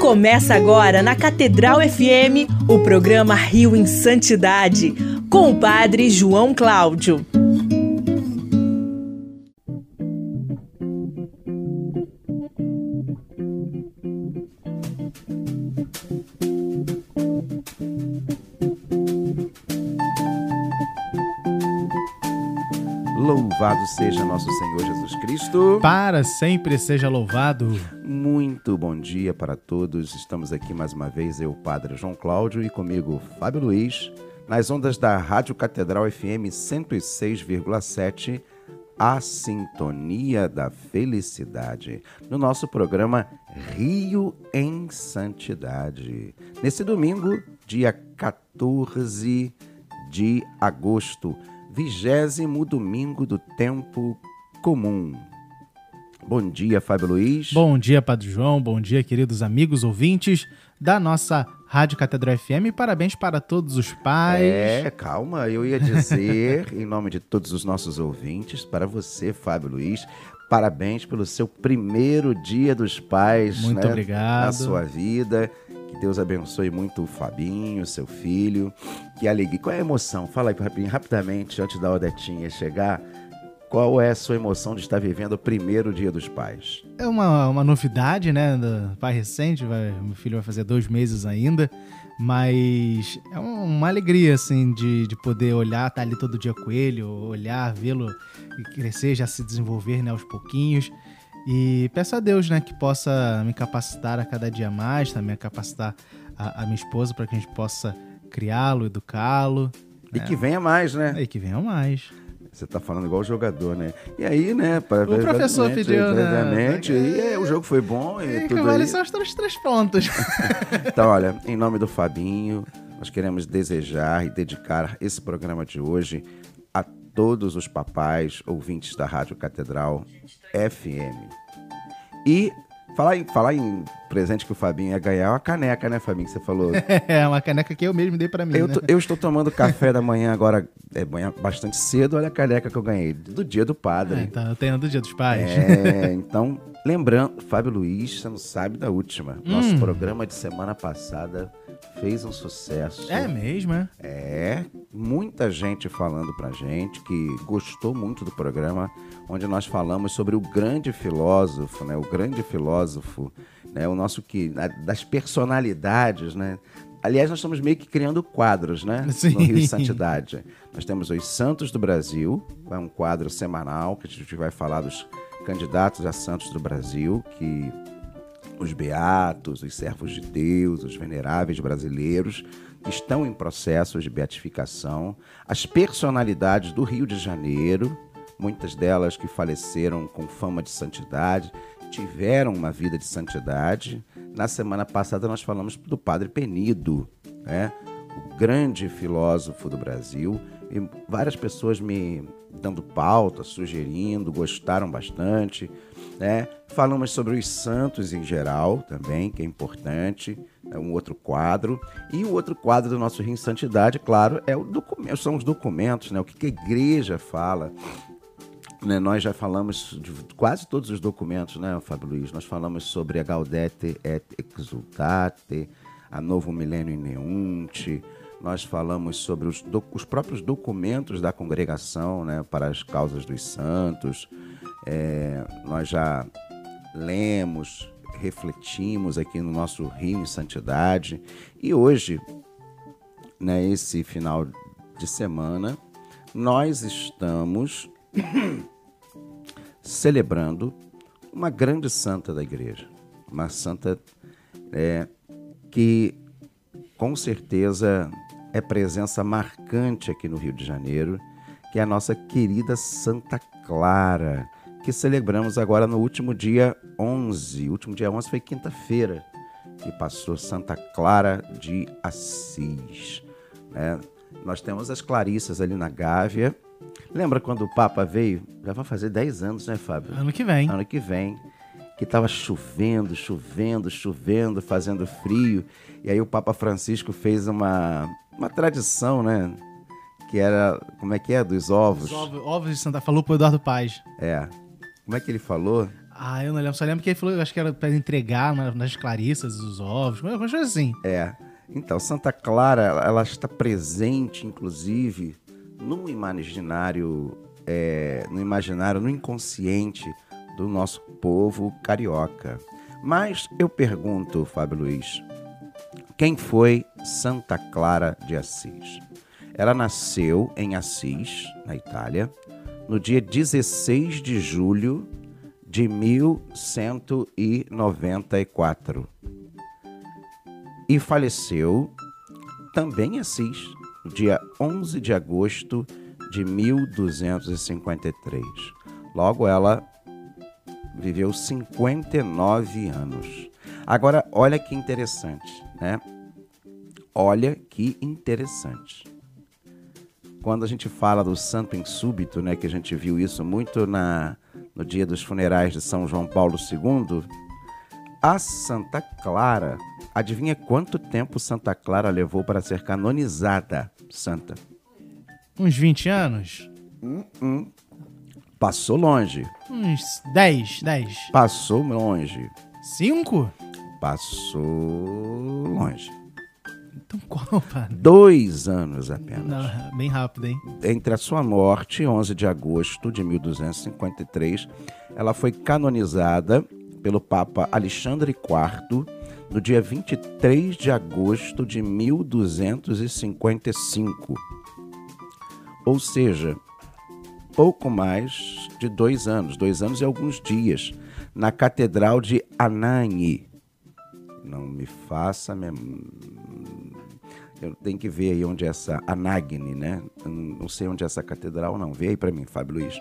Começa agora na Catedral FM o programa Rio em Santidade, com o padre João Cláudio. Louvado seja nosso Senhor Jesus Cristo. Para sempre seja louvado. Muito bom dia para todos. Estamos aqui mais uma vez, eu, Padre João Cláudio, e comigo, Fábio Luiz, nas ondas da Rádio Catedral FM 106,7, a sintonia da felicidade, no nosso programa Rio em Santidade. Nesse domingo, dia 14 de agosto, 20º domingo do tempo comum. Bom dia, Fábio Luiz. Bom dia, Padre João. Bom dia, queridos amigos ouvintes da nossa Rádio Catedral FM. E parabéns para todos os pais. Calma, eu ia dizer, em nome de todos os nossos ouvintes, para você, Fábio Luiz, parabéns pelo seu primeiro dia dos pais. Muito obrigado. Na sua vida. Que Deus abençoe muito o Fabinho, seu filho. Que alegria. Qual é a emoção? Fala aí rapidamente, antes da Odetinha chegar. Qual é a sua emoção de estar vivendo o primeiro dia dos pais? É uma novidade, né? Do pai recente, meu filho vai fazer 2 meses ainda. Mas é uma alegria, assim, de poder olhar, estar ali todo dia com ele, olhar, vê-lo crescer, já se desenvolver, né, aos pouquinhos. E peço a Deus, né, que possa me capacitar a cada dia mais, também capacitar a minha esposa para que a gente possa criá-lo, educá-lo. E que venha mais, né? E que venha mais. Você tá falando igual o jogador, né? E aí, né? O professor pediu, né? E o jogo foi bom e tudo vale aí. só os 3 pontos. Então, olha, em nome do Fabinho, nós queremos desejar e dedicar esse programa de hoje a todos os papais ouvintes da Rádio Catedral FM. E falar em presente que o Fabinho ia ganhar, uma caneca, né, Fabinho, que você falou? É, uma caneca que eu mesmo dei pra mim, né? Eu estou tomando café da manhã agora, manhã bastante cedo, olha a caneca que eu ganhei, do dia do padre. Então, eu tenho do dia dos pais. Então, lembrando, Fábio Luiz, você não sabe da última. Nosso programa de semana passada fez um sucesso. É mesmo, é? Muita gente falando pra gente que gostou muito do programa, onde nós falamos sobre o grande filósofo, né? O grande filósofo, né? O nosso das personalidades, né? Aliás, nós estamos meio que criando quadros, né? Sim. No Rio de Santidade. Nós temos os Santos do Brasil, é um quadro semanal que a gente vai falar dos candidatos a Santos do Brasil, que os beatos, os servos de Deus, os veneráveis brasileiros que estão em processos de beatificação, as personalidades do Rio de Janeiro, muitas delas que faleceram com fama de santidade, tiveram uma vida de santidade. Na semana passada nós falamos do Padre Penido, né? O grande filósofo do Brasil, e várias pessoas me dando pauta, sugerindo, gostaram bastante, né? Falamos sobre os santos em geral também, que é importante, é um outro quadro. E o outro quadro do nosso Rio em Santidade, claro, são os documentos, né? O que a igreja fala. Nós já falamos de quase todos os documentos, né, Fábio Luiz? Nós falamos sobre a Gaudete et Exsultate, a Novo Millennium Neunt, nós falamos sobre os próprios documentos da congregação, né, para as causas dos santos. Nós já lemos, refletimos aqui no nosso Rio em Santidade. E hoje, né, esse final de semana, nós estamos celebrando uma grande santa da igreja, uma santa que com certeza é presença marcante aqui no Rio de Janeiro, que é a nossa querida Santa Clara, que celebramos agora no último dia 11. O último dia 11 foi quinta-feira, que passou Santa Clara de Assis, né? Nós temos as Clarissas ali na Gávea. Lembra quando o Papa veio? Já vai fazer 10 anos, né, Fábio? Ano que vem. Ano que vem. Que estava chovendo, fazendo frio. E aí o Papa Francisco fez uma tradição, né? Que era, como é que é? Dos ovos. Ovos de Santa... Falou pro Eduardo Paz. Como é que ele falou? Ah, eu não lembro. Só lembro que ele falou, acho que era pra entregar nas Clarissas os ovos, uma coisa assim. Então, Santa Clara, ela está presente, inclusive, no imaginário, no inconsciente do nosso povo carioca. Mas eu pergunto, Fábio Luiz, quem foi Santa Clara de Assis? Ela nasceu em Assis, na Itália, no dia 16 de julho de 1194. E faleceu também em Assis, no dia 11 de agosto de 1253. Logo, ela viveu 59 anos. Agora, olha que interessante, né? Olha que interessante. Quando a gente fala do santo em súbito, né, que a gente viu isso muito no dia dos funerais de São João Paulo II, a Santa Clara, adivinha quanto tempo Santa Clara levou para ser canonizada santa? Uns 20 anos? Passou longe. Uns 10. Passou longe. 5? Passou longe. Então qual, padre? 2 anos apenas. Não, bem rápido, hein? Entre a sua morte, 11 de agosto de 1253, ela foi canonizada pelo Papa Alexandre IV no dia 23 de agosto de 1255. Ou seja, pouco mais de 2 anos, 2 anos e alguns dias, na Catedral de Anagni. Não me faça... Eu tenho que ver aí onde é essa Anagni, né? Eu não sei onde é essa catedral, não. Vê aí para mim, Fábio Luiz.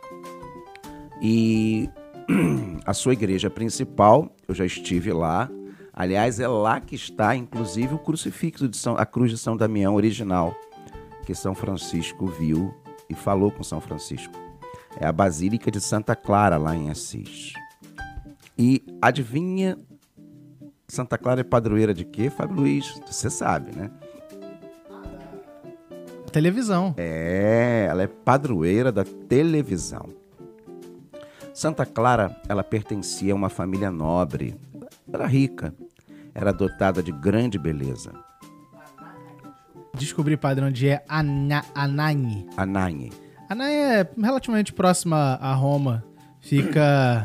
E a sua igreja principal, eu já estive lá. Aliás, é lá que está, inclusive, o crucifixo, a cruz de São Damião original, que São Francisco viu e falou com São Francisco. É a Basílica de Santa Clara, lá em Assis. E adivinha, Santa Clara é padroeira de quê, Fábio Luiz? Você sabe, né? Televisão. Ela é padroeira da televisão. Santa Clara, ela pertencia a uma família nobre. Era rica. Era dotada de grande beleza. Descobri, padre, onde é Anagni. Anagni. Anagni é relativamente próxima a Roma. Fica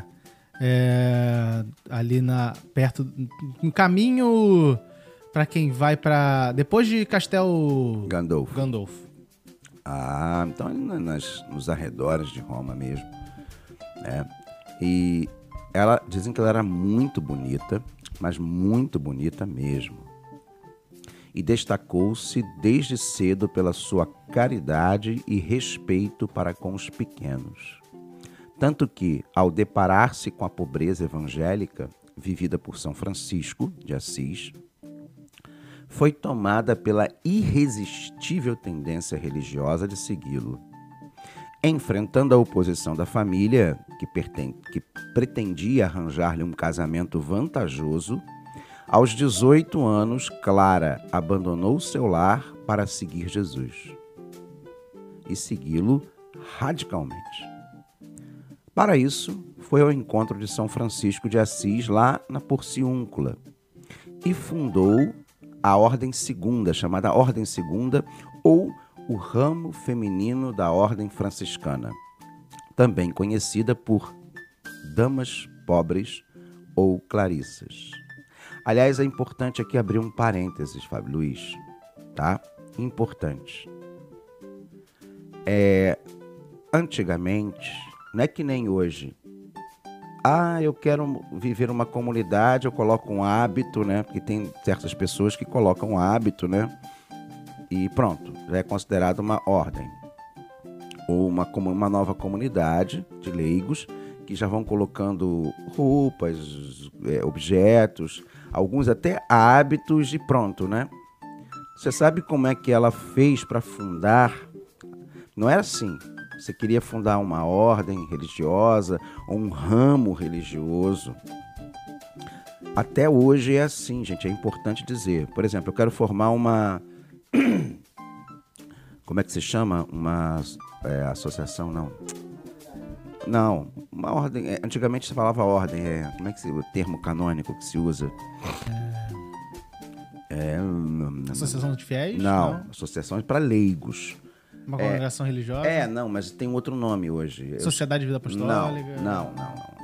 ali perto, no caminho para quem vai para depois de Castel Gandolfo. Ah, então nos arredores de Roma mesmo, né? E dizem que ela era muito bonita, mas muito bonita mesmo. E destacou-se desde cedo pela sua caridade e respeito para com os pequenos. Tanto que, ao deparar-se com a pobreza evangélica vivida por São Francisco de Assis, foi tomada pela irresistível tendência religiosa de segui-lo. Enfrentando a oposição da família, que pretendia arranjar-lhe um casamento vantajoso, aos 18 anos, Clara abandonou seu lar para seguir Jesus e segui-lo radicalmente. Para isso, foi ao encontro de São Francisco de Assis, lá na Porciúncula, e fundou a Ordem Segunda, chamada Ordem Segunda, ou o ramo feminino da Ordem Franciscana, também conhecida por Damas Pobres ou Clarissas. Aliás, é importante aqui abrir um parênteses, Fábio Luiz, tá? Importante. Antigamente, não é que nem hoje. Eu quero viver uma comunidade, eu coloco um hábito, né? Porque tem certas pessoas que colocam um hábito, né? E pronto, já é considerado uma ordem. Ou uma nova comunidade de leigos que já vão colocando roupas, objetos, alguns até hábitos e pronto, né? Você sabe como é que ela fez para fundar? Não era assim. Você queria fundar uma ordem religiosa ou um ramo religioso. Até hoje é assim, gente, é importante dizer. Por exemplo, eu quero formar uma... Como é que se chama? Uma associação, não. Não, uma ordem. Antigamente se falava ordem. Como é que o termo canônico que se usa? Associação de fiéis? Não, associações para leigos. Uma congregação religiosa? Não, mas tem outro nome hoje. Sociedade de Vida Apostólica? Não.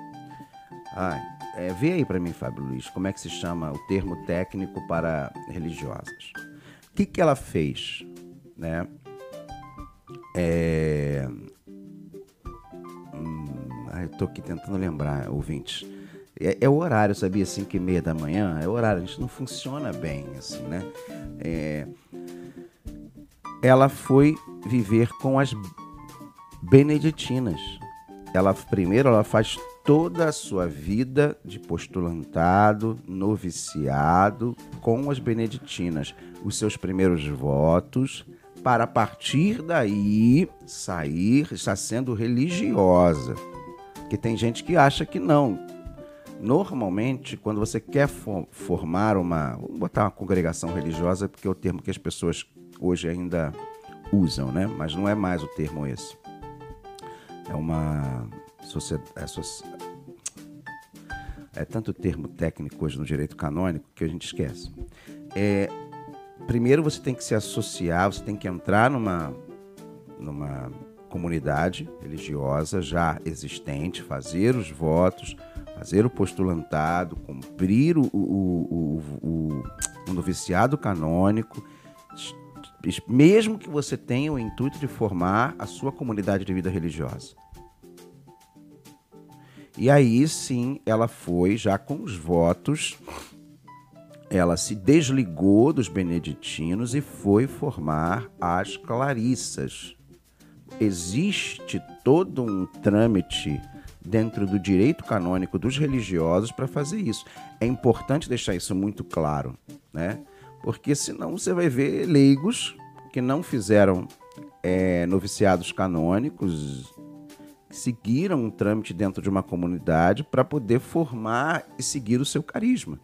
Vê aí para mim, Fábio Luiz, como é que se chama o termo técnico para religiosas. O que ela fez, né? Eu tô aqui tentando lembrar, ouvintes. É o horário, sabia? 5h30 da manhã, é o horário. A gente não funciona bem, assim, né? Ela foi viver com as beneditinas. Primeiro ela faz toda a sua vida de postulantado, noviciado com as beneditinas. Os seus primeiros votos, para a partir daí estar sendo religiosa. Porque tem gente que acha que não. Normalmente, quando você quer formar vamos botar uma congregação religiosa, porque é o termo que as pessoas hoje ainda usam, né? Mas não é mais o termo esse. É uma sociedade... É tanto termo técnico hoje no direito canônico que a gente esquece. Primeiro você tem que se associar, você tem que entrar numa comunidade religiosa já existente, fazer os votos, fazer o postulantado, cumprir o noviciado canônico, mesmo que você tenha o intuito de formar a sua comunidade de vida religiosa. E aí sim, ela foi já com os votos, ela se desligou dos beneditinos e foi formar as clarissas. Existe todo um trâmite dentro do direito canônico dos religiosos para fazer isso. É importante deixar isso muito claro, né? Porque senão você vai ver leigos que não fizeram noviciados canônicos, que seguiram um trâmite dentro de uma comunidade para poder formar e seguir o seu carisma.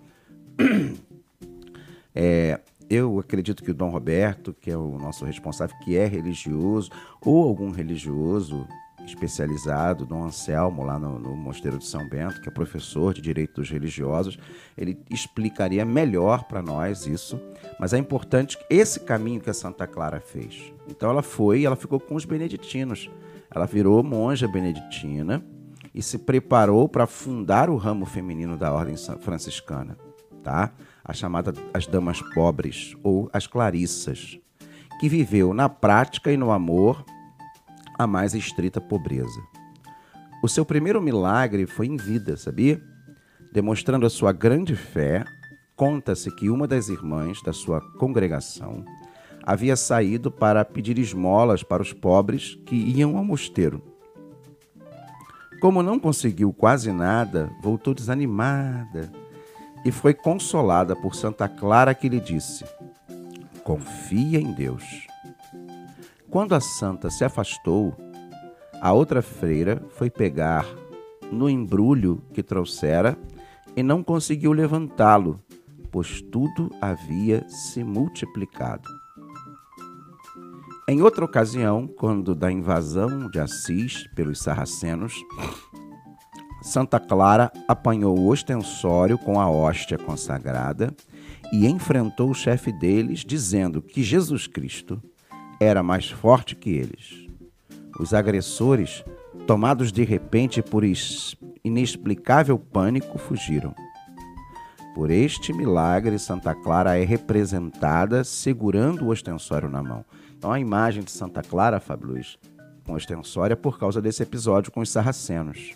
Eu acredito que o Dom Roberto, que é o nosso responsável, que é religioso, ou algum religioso especializado, Dom Anselmo, lá no Mosteiro de São Bento, que é professor de Direito dos Religiosos, ele explicaria melhor para nós isso, mas é importante esse caminho que a Santa Clara fez. Então ela ficou com os beneditinos, ela virou monja beneditina e se preparou para fundar o ramo feminino da Ordem Franciscana, tá? A chamada as Damas Pobres, ou as Clarissas, que viveu na prática e no amor a mais estrita pobreza. O seu primeiro milagre foi em vida, sabia? Demonstrando a sua grande fé, conta-se que uma das irmãs da sua congregação havia saído para pedir esmolas para os pobres que iam ao mosteiro. Como não conseguiu quase nada, voltou desanimada e foi consolada por Santa Clara, que lhe disse: confia em Deus. Quando a santa se afastou, a outra freira foi pegar no embrulho que trouxera e não conseguiu levantá-lo, pois tudo havia se multiplicado. Em outra ocasião, quando da invasão de Assis pelos sarracenos, Santa Clara apanhou o ostensório com a hóstia consagrada e enfrentou o chefe deles, dizendo que Jesus Cristo era mais forte que eles. Os agressores, tomados de repente por inexplicável pânico, fugiram. Por este milagre, Santa Clara é representada segurando o ostensório na mão. Então a imagem de Santa Clara, Fábio Luiz, com ostensório é por causa desse episódio com os sarracenos.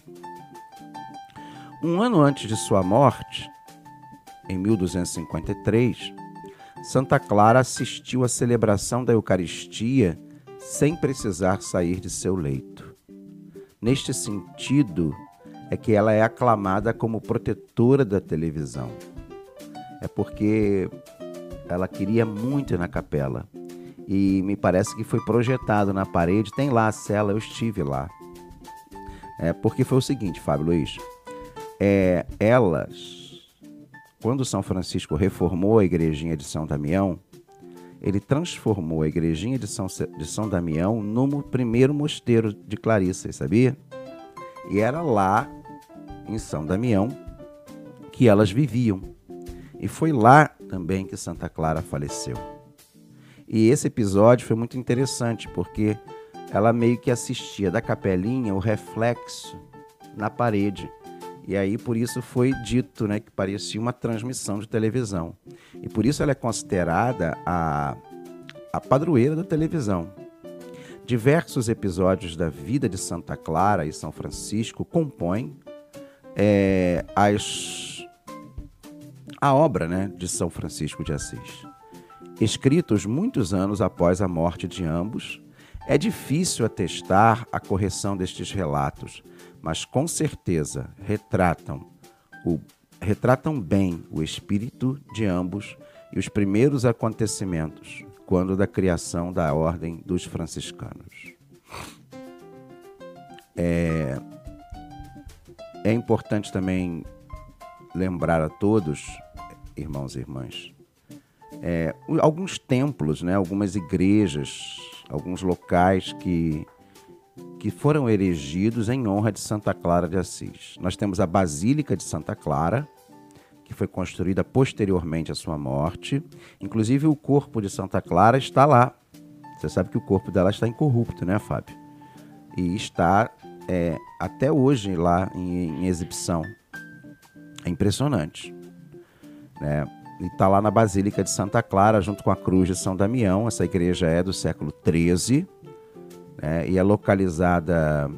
Um ano antes de sua morte, em 1253, Santa Clara assistiu à celebração da Eucaristia sem precisar sair de seu leito. Neste sentido, é que ela é aclamada como protetora da televisão. É porque ela queria muito ir na capela. E me parece que foi projetado na parede, tem lá a cela, eu estive lá. Porque foi o seguinte, Fábio Luiz, quando São Francisco reformou a igrejinha de São Damião, ele transformou a igrejinha de São Damião no primeiro mosteiro de Clarissas, sabia? E era lá, em São Damião, que elas viviam. E foi lá também que Santa Clara faleceu. E esse episódio foi muito interessante, porque ela meio que assistia da capelinha o reflexo na parede. E aí, por isso foi dito, né, que parecia uma transmissão de televisão. E por isso ela é considerada a padroeira da televisão. Diversos episódios da vida de Santa Clara e São Francisco compõem a obra, né, de São Francisco de Assis. Escritos muitos anos após a morte de ambos, é difícil atestar a correção destes relatos, mas com certeza retratam bem o espírito de ambos e os primeiros acontecimentos, quando da criação da Ordem dos Franciscanos. É importante também lembrar a todos, irmãos e irmãs, alguns templos, né, algumas igrejas, alguns locais que foram erigidos em honra de Santa Clara de Assis. Nós temos a Basílica de Santa Clara, que foi construída posteriormente à sua morte. Inclusive, o corpo de Santa Clara está lá. Você sabe que o corpo dela está incorrupto, né, Fábio? E está até hoje lá em exibição. É impressionante, né? E está lá na Basílica de Santa Clara, junto com a Cruz de São Damião. Essa igreja é do século XIII, né? E é localizada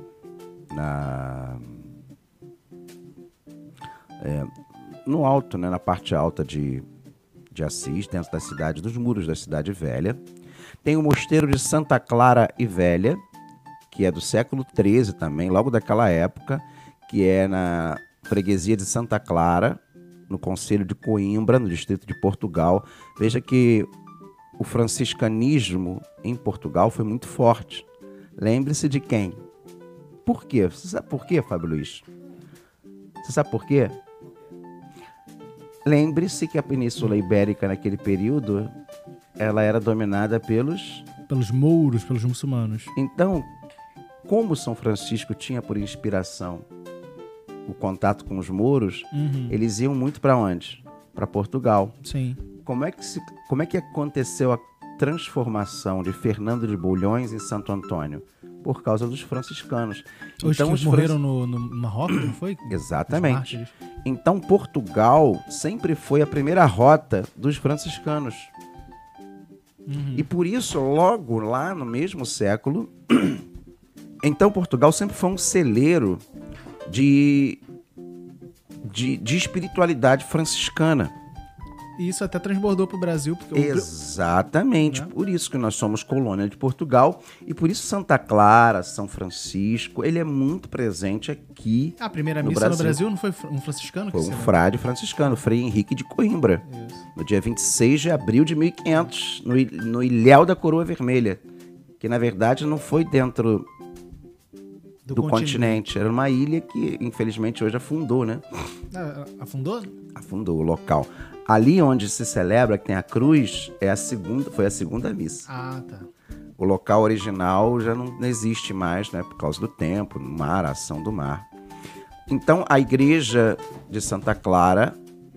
no alto, né? Na parte alta de Assis, dentro da cidade, dos muros da Cidade Velha. Tem o Mosteiro de Santa Clara e Velha, que é do século XIII também, logo daquela época, que é na freguesia de Santa Clara, no Concelho de Coimbra, no distrito de Portugal. Veja que o franciscanismo em Portugal foi muito forte. Lembre-se de quem? Por quê? Você sabe por quê, Fábio Luiz? Você sabe por quê? Lembre-se que a Península Ibérica, naquele período, ela era dominada pelos mouros, pelos muçulmanos. Então, como São Francisco tinha por inspiração o contato com os mouros, eles iam muito para onde? Para Portugal. Sim. Como é que aconteceu a transformação de Fernando de Bulhões em Santo Antônio? Por causa dos franciscanos. Então, os morreram no Marrocos, não foi? Exatamente. Então, Portugal sempre foi a primeira rota dos franciscanos. E por isso, logo lá no mesmo século, então Portugal sempre foi um celeiro de espiritualidade franciscana. E isso até transbordou para o Brasil. Porque exatamente, por isso que nós somos colônia de Portugal, e por isso Santa Clara, São Francisco, ele é muito presente aqui. A primeira missa no Brasil não foi um franciscano? Foi um frade franciscano, Frei Henrique de Coimbra, no dia 26 de abril de 1500, no Ilhéu da Coroa Vermelha, que na verdade não foi dentro do continente. Era uma ilha que infelizmente hoje afundou, né? Afundou? Afundou o local. Ali onde se celebra, que tem a cruz, foi a segunda missa. Ah, tá. O local original já não existe mais, né? Por causa do tempo, no mar, a ação do mar. Então, a igreja de Santa Clara,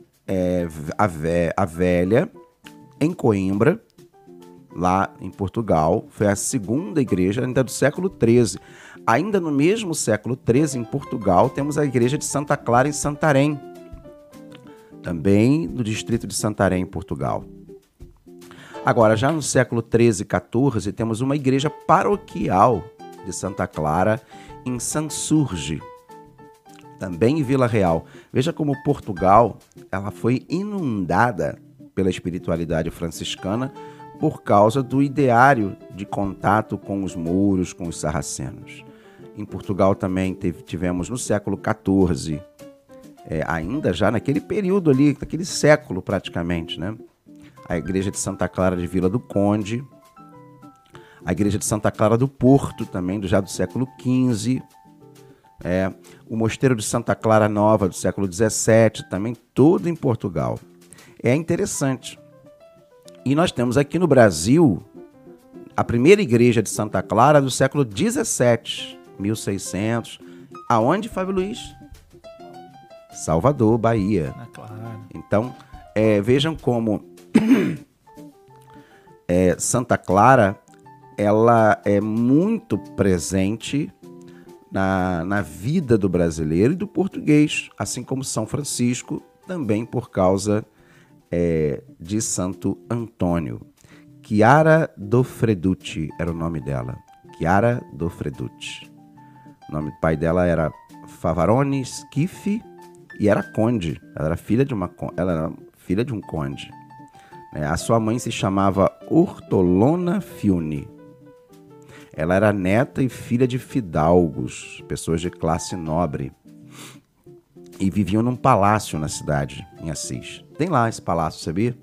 a Velha, em Coimbra, lá em Portugal, foi a segunda igreja, ainda do século XIII. Ainda no mesmo século XIII, em Portugal, temos a igreja de Santa Clara em Santarém, também no distrito de Santarém, em Portugal. Agora, já no século XIII e XIV, temos uma igreja paroquial de Santa Clara em Sansurge, também em Vila Real. Veja como Portugal ela foi inundada pela espiritualidade franciscana por causa do ideário de contato com os mouros, com os sarracenos. Em Portugal também tivemos no século XIV, ainda já naquele período ali, naquele século praticamente, né? A igreja de Santa Clara de Vila do Conde, a igreja de Santa Clara do Porto, também já do século XV, o mosteiro de Santa Clara Nova, do século XVII, também todo em Portugal. É interessante. E nós temos aqui no Brasil a primeira igreja de Santa Clara do século XVII, 1600, Aonde, Fábio Luiz? Salvador, Bahia. Claro. Então, vejam como Santa Clara, ela é muito presente na vida do brasileiro e do português, assim como São Francisco, também por causa de Santo Antônio. Chiara do Freducci era o nome dela. Chiara do Freducci. O nome do pai dela era Favarone Schiffi e era conde. Ela era filha de um conde. A sua mãe se chamava Ortolona Fiune. Ela era neta e filha de fidalgos, pessoas de classe nobre. E viviam num palácio na cidade, em Assis. Tem lá esse palácio, sabia?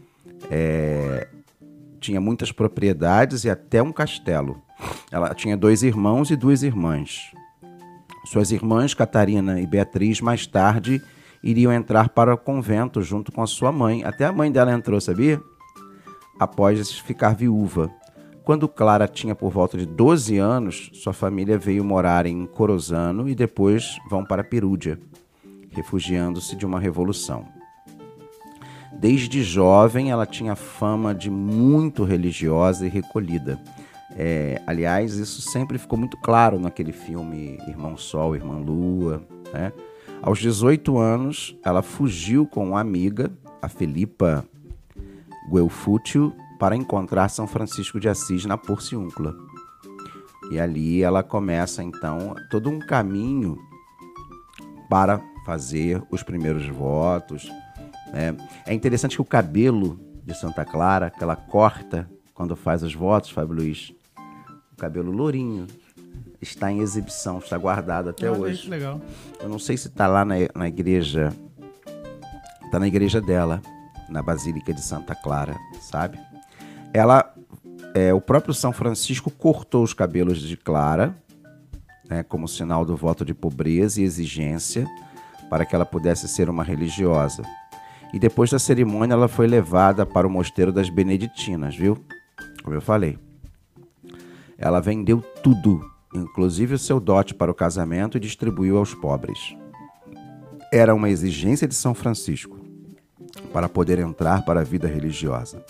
Tinha muitas propriedades e até um castelo. Ela tinha 2 irmãos e 2 irmãs. Suas irmãs, Catarina e Beatriz, mais tarde iriam entrar para o convento junto com a sua mãe. Até a mãe dela entrou, sabia? Após ficar viúva. Quando Clara tinha por volta de 12 anos, sua família veio morar em Corozano e depois vão para Perúdia, refugiando-se de uma revolução. Desde jovem, ela tinha fama de muito religiosa e recolhida. Aliás, isso sempre ficou muito claro naquele filme Irmão Sol, Irmã Lua. Né? Aos 18 anos, ela fugiu com uma amiga, a Felipa Guelfúcio, para encontrar São Francisco de Assis na Porciúncula. E ali ela começa, então, todo um caminho para fazer os primeiros votos. É interessante que o cabelo de Santa Clara, que ela corta quando faz os votos, Fábio Luiz, o cabelo lourinho, está em exibição, está guardado até hoje. Que legal. Eu não sei se está lá na igreja, está na igreja dela, na Basílica de Santa Clara, sabe? O próprio São Francisco cortou os cabelos de Clara, né, como sinal do voto de pobreza e exigência, para que ela pudesse ser uma religiosa. E depois da cerimônia, ela foi levada para o mosteiro das Beneditinas, viu? Como eu falei. Ela vendeu tudo, inclusive o seu dote para o casamento, e distribuiu aos pobres. Era uma exigência de São Francisco para poder entrar para a vida religiosa.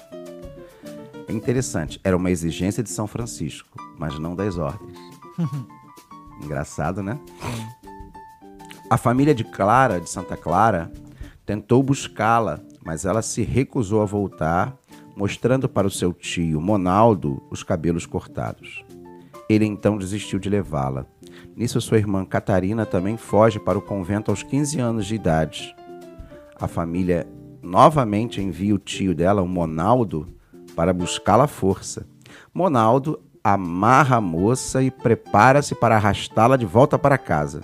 É interessante, era uma exigência de São Francisco, mas não das ordens. Engraçado, né? A família de Clara, de Santa Clara, tentou buscá-la, mas ela se recusou a voltar, mostrando para o seu tio Monaldo os cabelos cortados. Ele então desistiu de levá-la. Nisso, sua irmã Catarina também foge para o convento aos 15 anos de idade. A família novamente envia o tio dela, o Monaldo, para buscá-la à força. Monaldo amarra a moça e prepara-se para arrastá-la de volta para casa.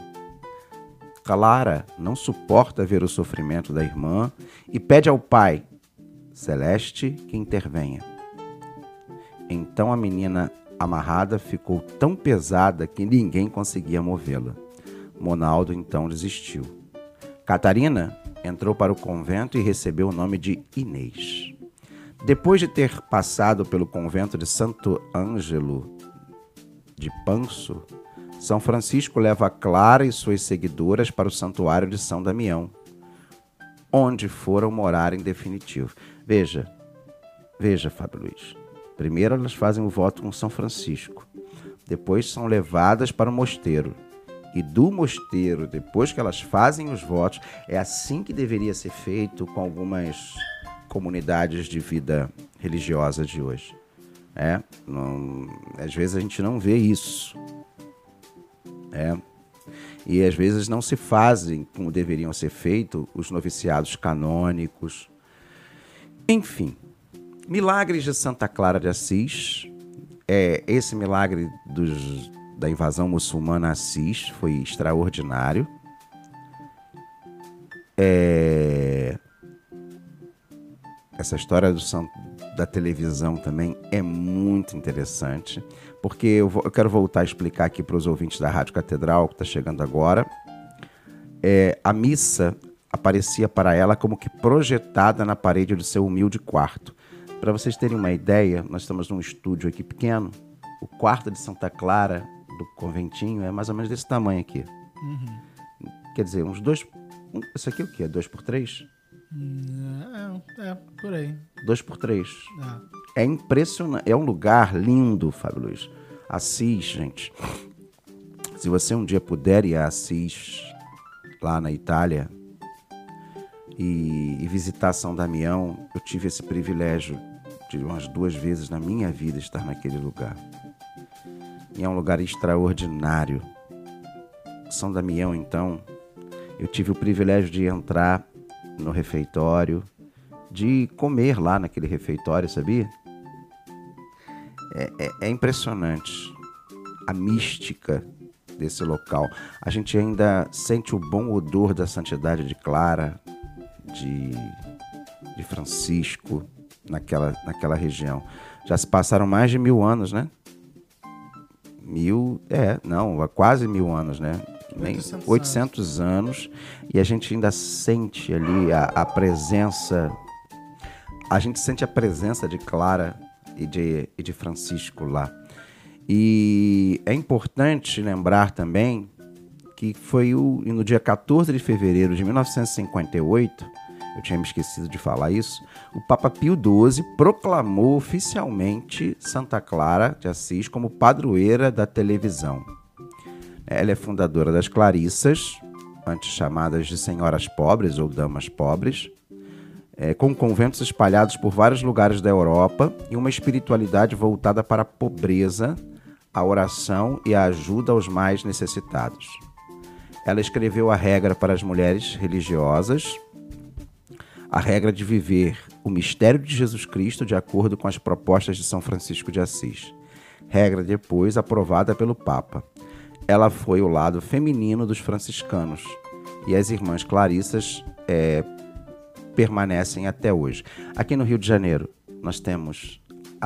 Clara não suporta ver o sofrimento da irmã e pede ao pai, Celeste, que intervenha. Então a menina amarrada ficou tão pesada que ninguém conseguia movê-la. Monaldo então desistiu. Catarina entrou para o convento e recebeu o nome de Inês. Depois de ter passado pelo convento de Santo Ângelo de Panso, São Francisco leva Clara e suas seguidoras para o santuário de São Damião, onde foram morar em definitivo. Veja, Fábio Luiz. Primeiro elas fazem o voto com São Francisco. Depois são levadas para o mosteiro. E do mosteiro, depois que elas fazem os votos, é assim que deveria ser feito com algumas comunidades de vida religiosa de hoje. Às vezes a gente não vê isso. E às vezes não se fazem como deveriam ser feitos os noviciados canônicos. Enfim, milagres de Santa Clara de Assis. Esse milagre da invasão muçulmana a Assis foi extraordinário. Essa história da televisão também é muito interessante, porque eu quero voltar a explicar aqui para os ouvintes da Rádio Catedral, que está chegando agora. A missa aparecia para ela como que projetada na parede do seu humilde quarto. Para vocês terem uma ideia, nós estamos num estúdio aqui pequeno. O quarto de Santa Clara, do conventinho, é mais ou menos desse tamanho aqui. Quer dizer, uns 2... Isso aqui é o quê? 2x3? Por aí. 2x3. É impressionante. É um lugar lindo, Fábio Luiz. Assis, gente. Se você um dia puder ir a Assis, lá na Itália, e visitar São Damião, eu tive esse privilégio de umas 2 vezes na minha vida estar naquele lugar. E é um lugar extraordinário. São Damião, então, eu tive o privilégio de entrar no refeitório, de comer lá naquele refeitório, sabia? É impressionante a mística desse local. A gente ainda sente o bom odor da santidade de Clara, de Francisco, naquela região. Já se passaram mais de 1000 anos, né? Quase 1000 anos, né? 800 anos. E a gente ainda sente ali a presença. A gente sente a presença de Clara e de Francisco lá. E é importante lembrar também que foi no dia 14 de fevereiro de 1958, eu tinha me esquecido de falar isso, o Papa Pio XII proclamou oficialmente Santa Clara de Assis como padroeira da televisão. Ela é fundadora das Clarissas, antes chamadas de Senhoras Pobres ou Damas Pobres, com conventos espalhados por vários lugares da Europa e uma espiritualidade voltada para a pobreza, a oração e a ajuda aos mais necessitados. Ela escreveu a regra para as mulheres religiosas, a regra de viver o mistério de Jesus Cristo de acordo com as propostas de São Francisco de Assis. Regra depois aprovada pelo Papa. Ela foi o lado feminino dos franciscanos e as irmãs Clarissas permanecem até hoje. Aqui no Rio de Janeiro, nós temos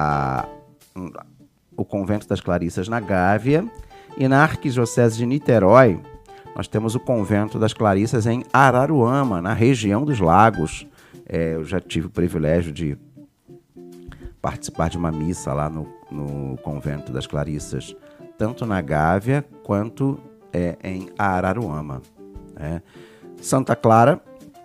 o Convento das Clarissas na Gávea e na Arquidiocese de Niterói, nós temos o Convento das Clarissas em Araruama, na região dos Lagos. Eu já tive o privilégio de participar de uma missa lá no Convento das Clarissas, tanto na Gávea quanto em Araruama. Santa Clara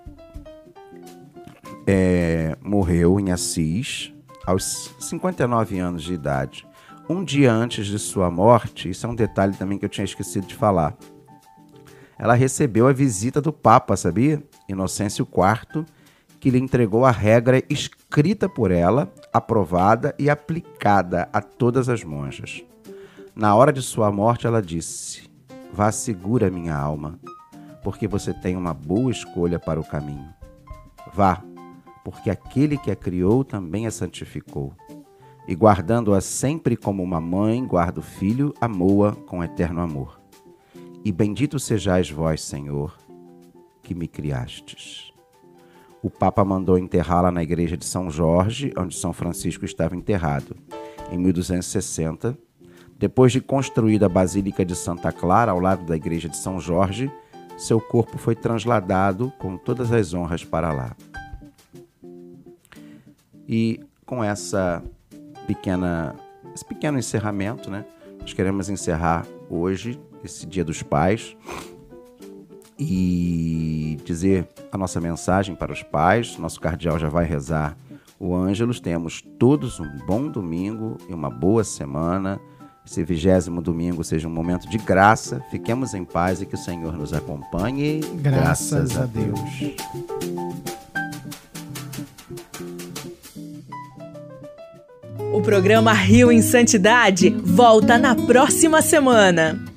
morreu em Assis aos 59 anos de idade. Um dia antes de sua morte, isso é um detalhe também que eu tinha esquecido de falar, ela recebeu a visita do Papa, sabia? Inocêncio IV, que lhe entregou a regra escrita por ela, aprovada e aplicada a todas as monjas. Na hora de sua morte, ela disse: "Vá segura, minha alma, porque você tem uma boa escolha para o caminho. Vá, porque aquele que a criou também a santificou. E guardando-a sempre como uma mãe guarda o filho, amou-a com eterno amor. E bendito sejais vós, Senhor, que me criastes." O Papa mandou enterrá-la na igreja de São Jorge, onde São Francisco estava enterrado, em 1260. Depois de construída a Basílica de Santa Clara, ao lado da igreja de São Jorge, seu corpo foi trasladado com todas as honras para lá. E com esse pequeno encerramento, né, nós queremos encerrar hoje, esse Dia dos Pais, e dizer a nossa mensagem para os pais. Nosso cardeal já vai rezar o Ângelus. Tenhamos todos um bom domingo e uma boa semana. Esse 20º domingo seja um momento de graça. Fiquemos em paz e que o Senhor nos acompanhe. Graças a Deus. O programa Rio em Santidade volta na próxima semana.